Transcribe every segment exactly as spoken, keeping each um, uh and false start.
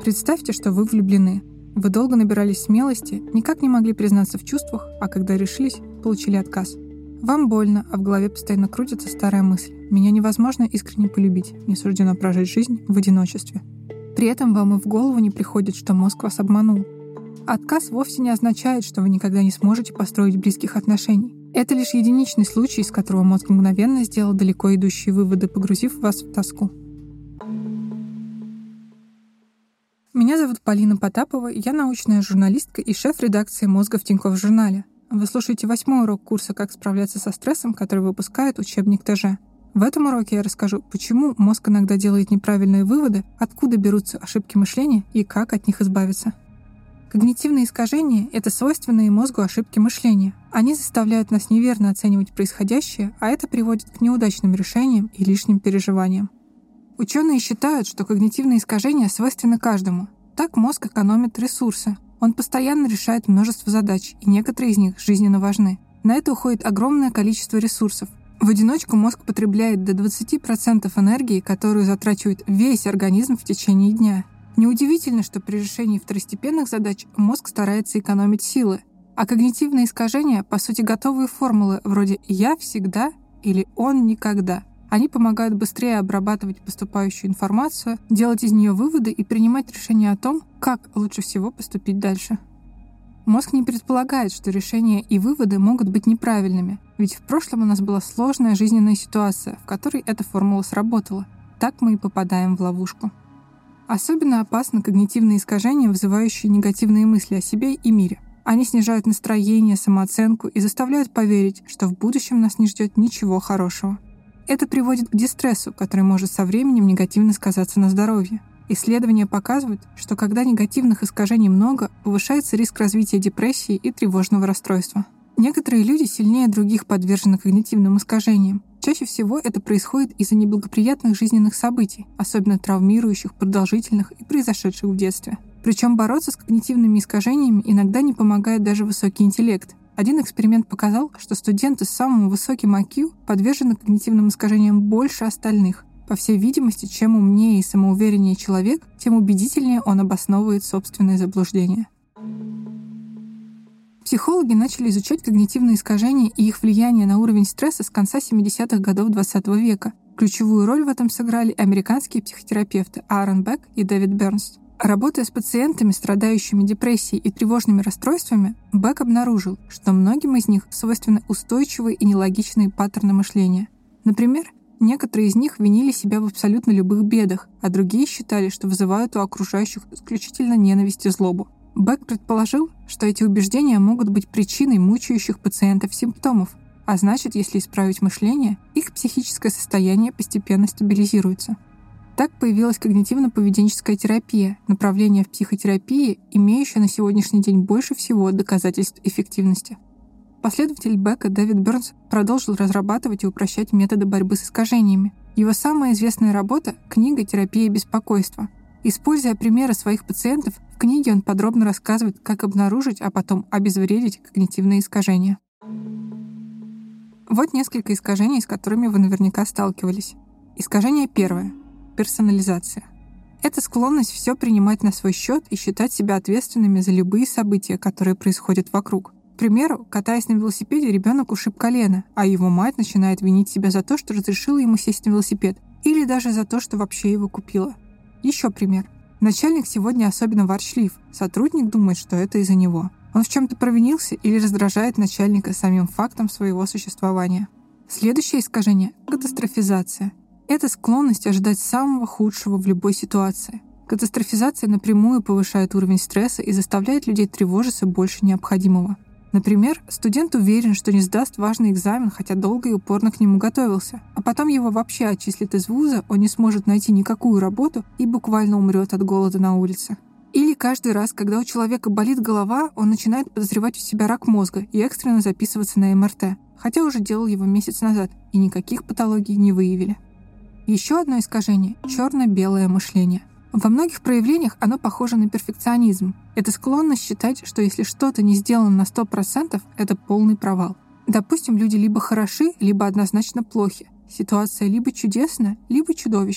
Представьте, что вы влюблены. Вы долго набирались смелости, никак не могли признаться в чувствах, а когда решились, получили отказ. Вам больно, а в голове постоянно крутится старая мысль: «Меня невозможно искренне полюбить, не суждено прожить жизнь в одиночестве». При этом вам и в голову не приходит, что мозг вас обманул. Отказ вовсе не означает, что вы никогда не сможете построить близких отношений. Это лишь единичный случай, из которого мозг мгновенно сделал далеко идущие выводы, погрузив вас в тоску. Меня зовут Полина Потапова, я научная журналистка и шеф редакции «Мозга» в Тинькофф журнале. Вы слушаете восьмой урок курса «Как справляться со стрессом», который выпускает учебник ТЖ. В этом уроке я расскажу, почему мозг иногда делает неправильные выводы, откуда берутся ошибки мышления и как от них избавиться. Когнитивные искажения — это свойственные мозгу ошибки мышления. Они заставляют нас неверно оценивать происходящее, а это приводит к неудачным решениям и лишним переживаниям. Ученые считают, что когнитивные искажения свойственны каждому. Так мозг экономит ресурсы. Он постоянно решает множество задач, и некоторые из них жизненно важны. На это уходит огромное количество ресурсов. В одиночку мозг потребляет до двадцати процентов энергии, которую затрачивает весь организм в течение дня. Неудивительно, что при решении второстепенных задач мозг старается экономить силы. А когнитивные искажения, по сути, готовые формулы вроде «я всегда» или «он никогда». Они помогают быстрее обрабатывать поступающую информацию, делать из нее выводы и принимать решения о том, как лучше всего поступить дальше. Мозг не предполагает, что решения и выводы могут быть неправильными, ведь в прошлом у нас была сложная жизненная ситуация, в которой эта формула сработала. Так мы и попадаем в ловушку. Особенно опасны когнитивные искажения, вызывающие негативные мысли о себе и мире. Они снижают настроение, самооценку и заставляют поверить, что в будущем нас не ждет ничего хорошего. Это приводит к дистрессу, который может со временем негативно сказаться на здоровье. Исследования показывают, что когда негативных искажений много, повышается риск развития депрессии и тревожного расстройства. Некоторые люди сильнее других подвержены когнитивным искажениям. Чаще всего это происходит из-за неблагоприятных жизненных событий, особенно травмирующих, продолжительных и произошедших в детстве. Причем бороться с когнитивными искажениями иногда не помогает даже высокий интеллект. Один эксперимент показал, что студенты с самым высоким ай кью подвержены когнитивным искажениям больше остальных. По всей видимости, чем умнее и самоувереннее человек, тем убедительнее он обосновывает собственные заблуждения. Психологи начали изучать когнитивные искажения и их влияние на уровень стресса с конца семидесятых годов двадцатого века. Ключевую роль в этом сыграли американские психотерапевты Аарон Бек и Дэвид Бернс. Работая с пациентами, страдающими депрессией и тревожными расстройствами, Бек обнаружил, что многим из них свойственны устойчивые и нелогичные паттерны мышления. Например, некоторые из них винили себя в абсолютно любых бедах, а другие считали, что вызывают у окружающих исключительно ненависть и злобу. Бек предположил, что эти убеждения могут быть причиной мучающих пациентов симптомов, а значит, если исправить мышление, их психическое состояние постепенно стабилизируется. Так появилась когнитивно-поведенческая терапия, направление в психотерапии, имеющее на сегодняшний день больше всего доказательств эффективности. Последователь Бека Дэвид Бернс продолжил разрабатывать и упрощать методы борьбы с искажениями. Его самая известная работа — книга «Терапия беспокойства». Используя примеры своих пациентов, в книге он подробно рассказывает, как обнаружить, а потом обезвредить когнитивные искажения. Вот несколько искажений, с которыми вы наверняка сталкивались. Искажение первое. Персонализация. Это склонность все принимать на свой счет и считать себя ответственными за любые события, которые происходят вокруг. К примеру, катаясь на велосипеде, ребенок ушиб колено, а его мать начинает винить себя за то, что разрешила ему сесть на велосипед, или даже за то, что вообще его купила. Еще пример. Начальник сегодня особенно ворчлив, сотрудник думает, что это из-за него. Он в чем-то провинился или раздражает начальника самим фактом своего существования. Следующее искажение — катастрофизация. Это склонность ожидать самого худшего в любой ситуации. Катастрофизация напрямую повышает уровень стресса и заставляет людей тревожиться больше необходимого. Например, студент уверен, что не сдаст важный экзамен, хотя долго и упорно к нему готовился, а потом его вообще отчислят из вуза, он не сможет найти никакую работу и буквально умрет от голода на улице. Или каждый раз, когда у человека болит голова, он начинает подозревать у себя рак мозга и экстренно записываться на эм эр тэ, хотя уже делал его месяц назад, и никаких патологий не выявили. Еще одно искажение — черно-белое мышление. Во многих проявлениях оно похоже на перфекционизм. Это склонность считать, что если что-то не сделано на сто процентов, это полный провал. Допустим, люди либо хороши, либо однозначно плохи. Ситуация либо чудесна, либо чудовищна.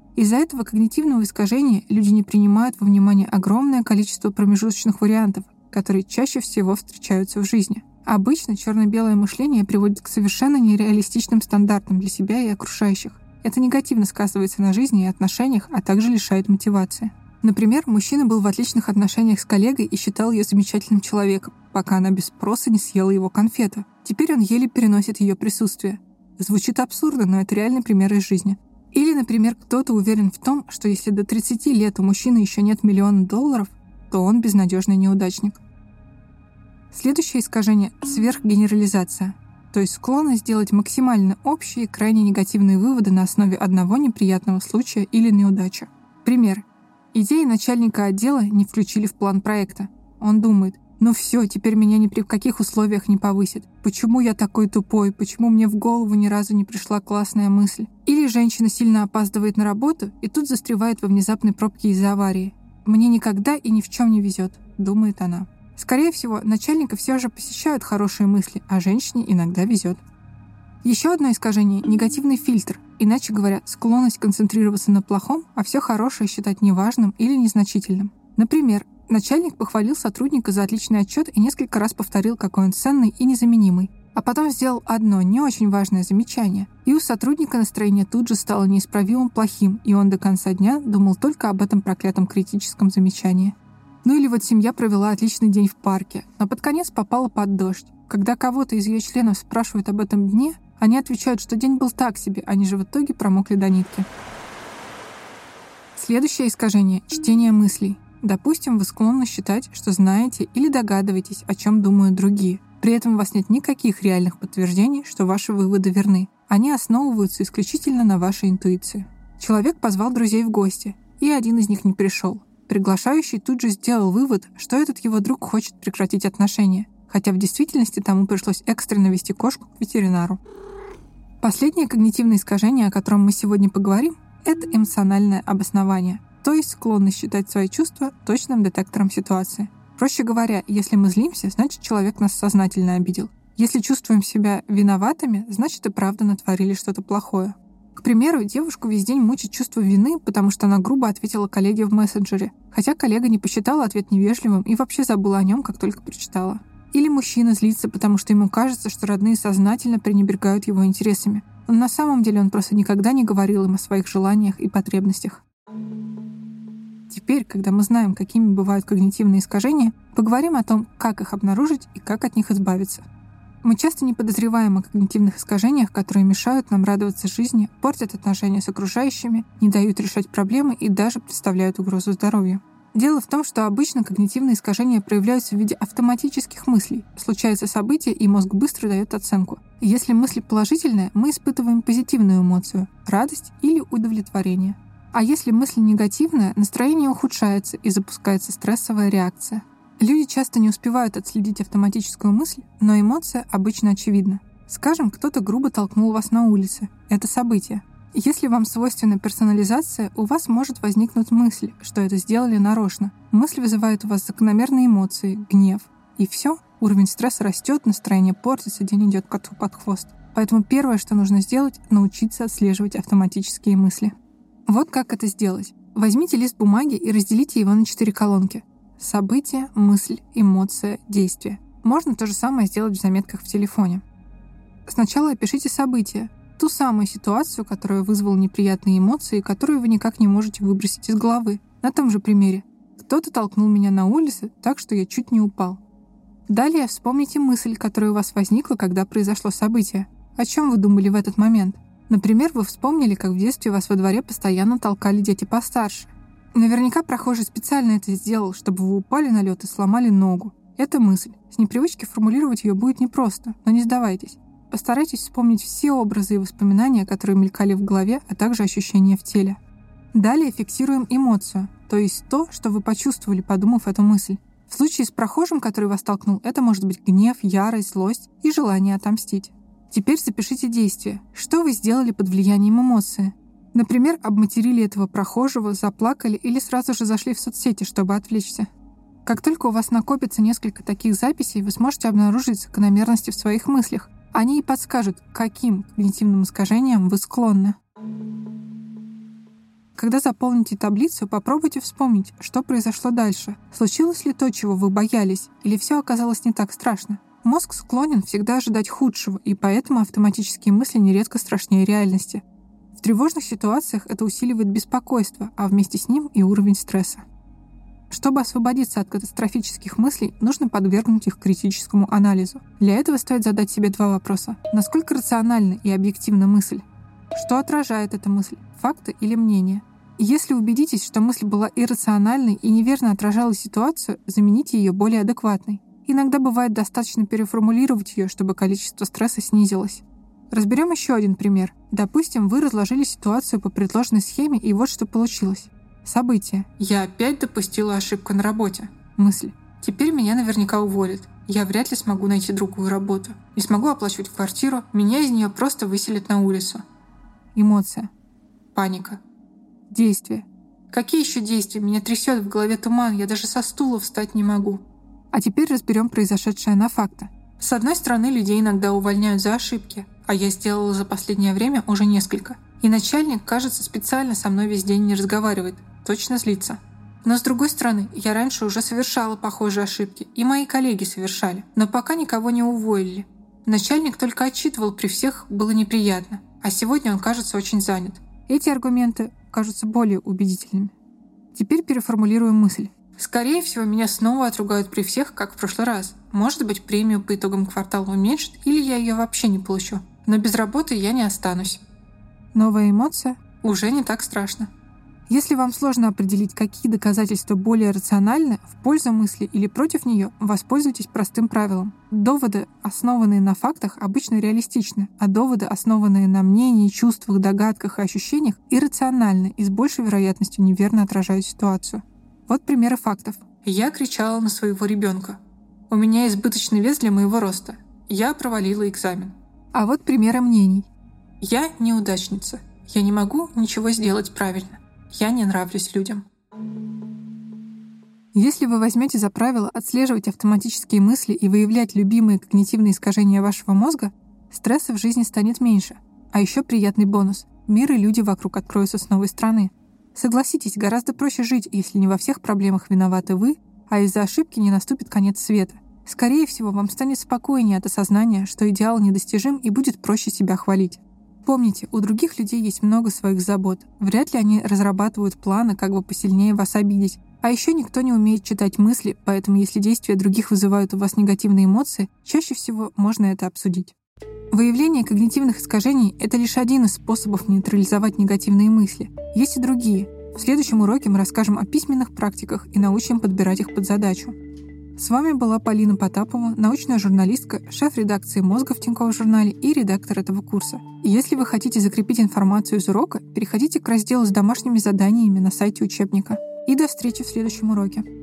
Из-за этого когнитивного искажения люди не принимают во внимание огромное количество промежуточных вариантов, которые чаще всего встречаются в жизни. Обычно черно-белое мышление приводит к совершенно нереалистичным стандартам для себя и окружающих. Это негативно сказывается на жизни и отношениях, а также лишает мотивации. Например, мужчина был в отличных отношениях с коллегой и считал ее замечательным человеком, пока она без спроса не съела его конфету. Теперь он еле переносит ее присутствие. Звучит абсурдно, но это реальный пример из жизни. Или, например, кто-то уверен в том, что если до тридцати лет у мужчины еще нет миллиона долларов, то он безнадежный неудачник. Следующее искажение — сверхгенерализация, то есть склонность сделать максимально общие, крайне негативные выводы на основе одного неприятного случая или неудачи. Пример. Идеи начальника отдела не включили в план проекта. Он думает: ну все, теперь меня ни при каких условиях не повысят. Почему я такой тупой? Почему мне в голову ни разу не пришла классная мысль? Или женщина сильно опаздывает на работу и тут застревает во внезапной пробке из-за аварии. Мне никогда и ни в чем не везет, думает она. Скорее всего, начальника все же посещают хорошие мысли, а женщине иногда везет. Еще одно искажение — негативный фильтр, иначе говоря, склонность концентрироваться на плохом, а все хорошее считать неважным или незначительным. Например, начальник похвалил сотрудника за отличный отчет и несколько раз повторил, какой он ценный и незаменимый. А потом сделал одно не очень важное замечание, и у сотрудника настроение тут же стало неисправимым плохим, и он до конца дня думал только об этом проклятом критическом замечании. Ну или вот семья провела отличный день в парке, но под конец попала под дождь. Когда кого-то из ее членов спрашивают об этом дне, они отвечают, что день был так себе, они же в итоге промокли до нитки. Следующее искажение — чтение мыслей. Допустим, вы склонны считать, что знаете или догадываетесь, о чем думают другие. При этом у вас нет никаких реальных подтверждений, что ваши выводы верны. Они основываются исключительно на вашей интуиции. Человек позвал друзей в гости, и один из них не пришел. Приглашающий тут же сделал вывод, что этот его друг хочет прекратить отношения, хотя в действительности тому пришлось экстренно вести кошку к ветеринару. Последнее когнитивное искажение, о котором мы сегодня поговорим, это эмоциональное обоснование, то есть склонность считать свои чувства точным детектором ситуации. Проще говоря, если мы злимся, значит, человек нас сознательно обидел. Если чувствуем себя виноватыми, значит, и правда натворили что-то плохое. К примеру, девушку весь день мучит чувство вины, потому что она грубо ответила коллеге в мессенджере, хотя коллега не посчитала ответ невежливым и вообще забыла о нем, как только прочитала. Или мужчина злится, потому что ему кажется, что родные сознательно пренебрегают его интересами. Но на самом деле он просто никогда не говорил им о своих желаниях и потребностях. Теперь, когда мы знаем, какими бывают когнитивные искажения, поговорим о том, как их обнаружить и как от них избавиться. Мы часто не подозреваем о когнитивных искажениях, которые мешают нам радоваться жизни, портят отношения с окружающими, не дают решать проблемы и даже представляют угрозу здоровью. Дело в том, что обычно когнитивные искажения проявляются в виде автоматических мыслей. Случается событие, и мозг быстро дает оценку. Если мысль положительная, мы испытываем позитивную эмоцию — радость или удовлетворение. А если мысль негативная, настроение ухудшается и запускается стрессовая реакция. Люди часто не успевают отследить автоматическую мысль, но эмоция обычно очевидна. Скажем, кто-то грубо толкнул вас на улице. Это событие. Если вам свойственна персонализация, у вас может возникнуть мысль, что это сделали нарочно. Мысль вызывает у вас закономерные эмоции, гнев. И все, уровень стресса растет, настроение портится, день идет коту под хвост. Поэтому первое, что нужно сделать — научиться отслеживать автоматические мысли. Вот как это сделать. Возьмите лист бумаги и разделите его на четыре колонки. Событие, мысль, эмоция, действие. Можно то же самое сделать в заметках в телефоне. Сначала опишите событие, ту самую ситуацию, которая вызвала неприятные эмоции и которую вы никак не можете выбросить из головы. На том же примере. Кто-то толкнул меня на улице так, что я чуть не упал. Далее вспомните мысль, которая у вас возникла, когда произошло событие. О чем вы думали в этот момент? Например, вы вспомнили, как в детстве вас во дворе постоянно толкали дети постарше. Наверняка прохожий специально это сделал, чтобы вы упали на лед и сломали ногу. Это мысль. С непривычки формулировать ее будет непросто, но не сдавайтесь. Постарайтесь вспомнить все образы и воспоминания, которые мелькали в голове, а также ощущения в теле. Далее фиксируем эмоцию, то есть то, что вы почувствовали, подумав эту мысль. В случае с прохожим, который вас толкнул, это может быть гнев, ярость, злость и желание отомстить. Теперь запишите действие. Что вы сделали под влиянием эмоции? Например, обматерили этого прохожего, заплакали или сразу же зашли в соцсети, чтобы отвлечься. Как только у вас накопится несколько таких записей, вы сможете обнаружить закономерности в своих мыслях. Они и подскажут, к каким когнитивным искажениям вы склонны. Когда заполните таблицу, попробуйте вспомнить, что произошло дальше. Случилось ли то, чего вы боялись, или все оказалось не так страшно? Мозг склонен всегда ожидать худшего, и поэтому автоматические мысли нередко страшнее реальности. В тревожных ситуациях это усиливает беспокойство, а вместе с ним и уровень стресса. Чтобы освободиться от катастрофических мыслей, нужно подвергнуть их критическому анализу. Для этого стоит задать себе два вопроса. Насколько рациональна и объективна мысль? Что отражает эта мысль? Факты или мнения? Если убедитесь, что мысль была иррациональной и неверно отражала ситуацию, замените ее более адекватной. Иногда бывает достаточно переформулировать ее, чтобы количество стресса снизилось. Разберем еще один пример. Допустим, вы разложили ситуацию по предложенной схеме, и вот что получилось. Событие. Я опять допустила ошибку на работе. Мысль. Теперь меня наверняка уволят. Я вряд ли смогу найти другую работу. Не смогу оплачивать квартиру. Меня из нее просто выселят на улицу. Эмоция. Паника. Действие. Какие еще действия? Меня трясет, в голове туман, я даже со стула встать не могу. А теперь разберем произошедшее на факты. С одной стороны, людей иногда увольняют за ошибки, а я сделала за последнее время уже несколько. И начальник, кажется, специально со мной весь день не разговаривает, точно злится. Но с другой стороны, я раньше уже совершала похожие ошибки, и мои коллеги совершали, но пока никого не уволили. Начальник только отчитывал при всех, было неприятно, а сегодня он кажется очень занят. Эти аргументы кажутся более убедительными. Теперь переформулируем мысль. Скорее всего, меня снова отругают при всех, как в прошлый раз. Может быть, премию по итогам квартала уменьшат, или я ее вообще не получу. Но без работы я не останусь. Новая эмоция? Уже не так страшно. Если вам сложно определить, какие доказательства более рациональны, в пользу мысли или против нее, воспользуйтесь простым правилом. Доводы, основанные на фактах, обычно реалистичны, а доводы, основанные на мнении, чувствах, догадках и ощущениях, иррациональны и с большей вероятностью неверно отражают ситуацию. Вот примеры фактов. Я кричала на своего ребенка. У меня избыточный вес для моего роста. Я провалила экзамен. А вот примеры мнений. Я неудачница. Я не могу ничего сделать правильно. Я не нравлюсь людям. Если вы возьмете за правило отслеживать автоматические мысли и выявлять любимые когнитивные искажения вашего мозга, стресса в жизни станет меньше. А еще приятный бонус. Мир и люди вокруг откроются с новой стороны. Согласитесь, гораздо проще жить, если не во всех проблемах виноваты вы, а из-за ошибки не наступит конец света. Скорее всего, вам станет спокойнее от осознания, что идеал недостижим и будет проще себя хвалить. Помните, у других людей есть много своих забот. Вряд ли они разрабатывают планы, как бы посильнее вас обидеть. А еще никто не умеет читать мысли, поэтому если действия других вызывают у вас негативные эмоции, чаще всего можно это обсудить. Выявление когнитивных искажений — это лишь один из способов нейтрализовать негативные мысли. Есть и другие. В следующем уроке мы расскажем о письменных практиках и научим подбирать их под задачу. С вами была Полина Потапова, научная журналистка, шеф редакции «Мозга» в Тинькофф журнале и редактор этого курса. И если вы хотите закрепить информацию из урока, переходите к разделу с домашними заданиями на сайте учебника. И до встречи в следующем уроке.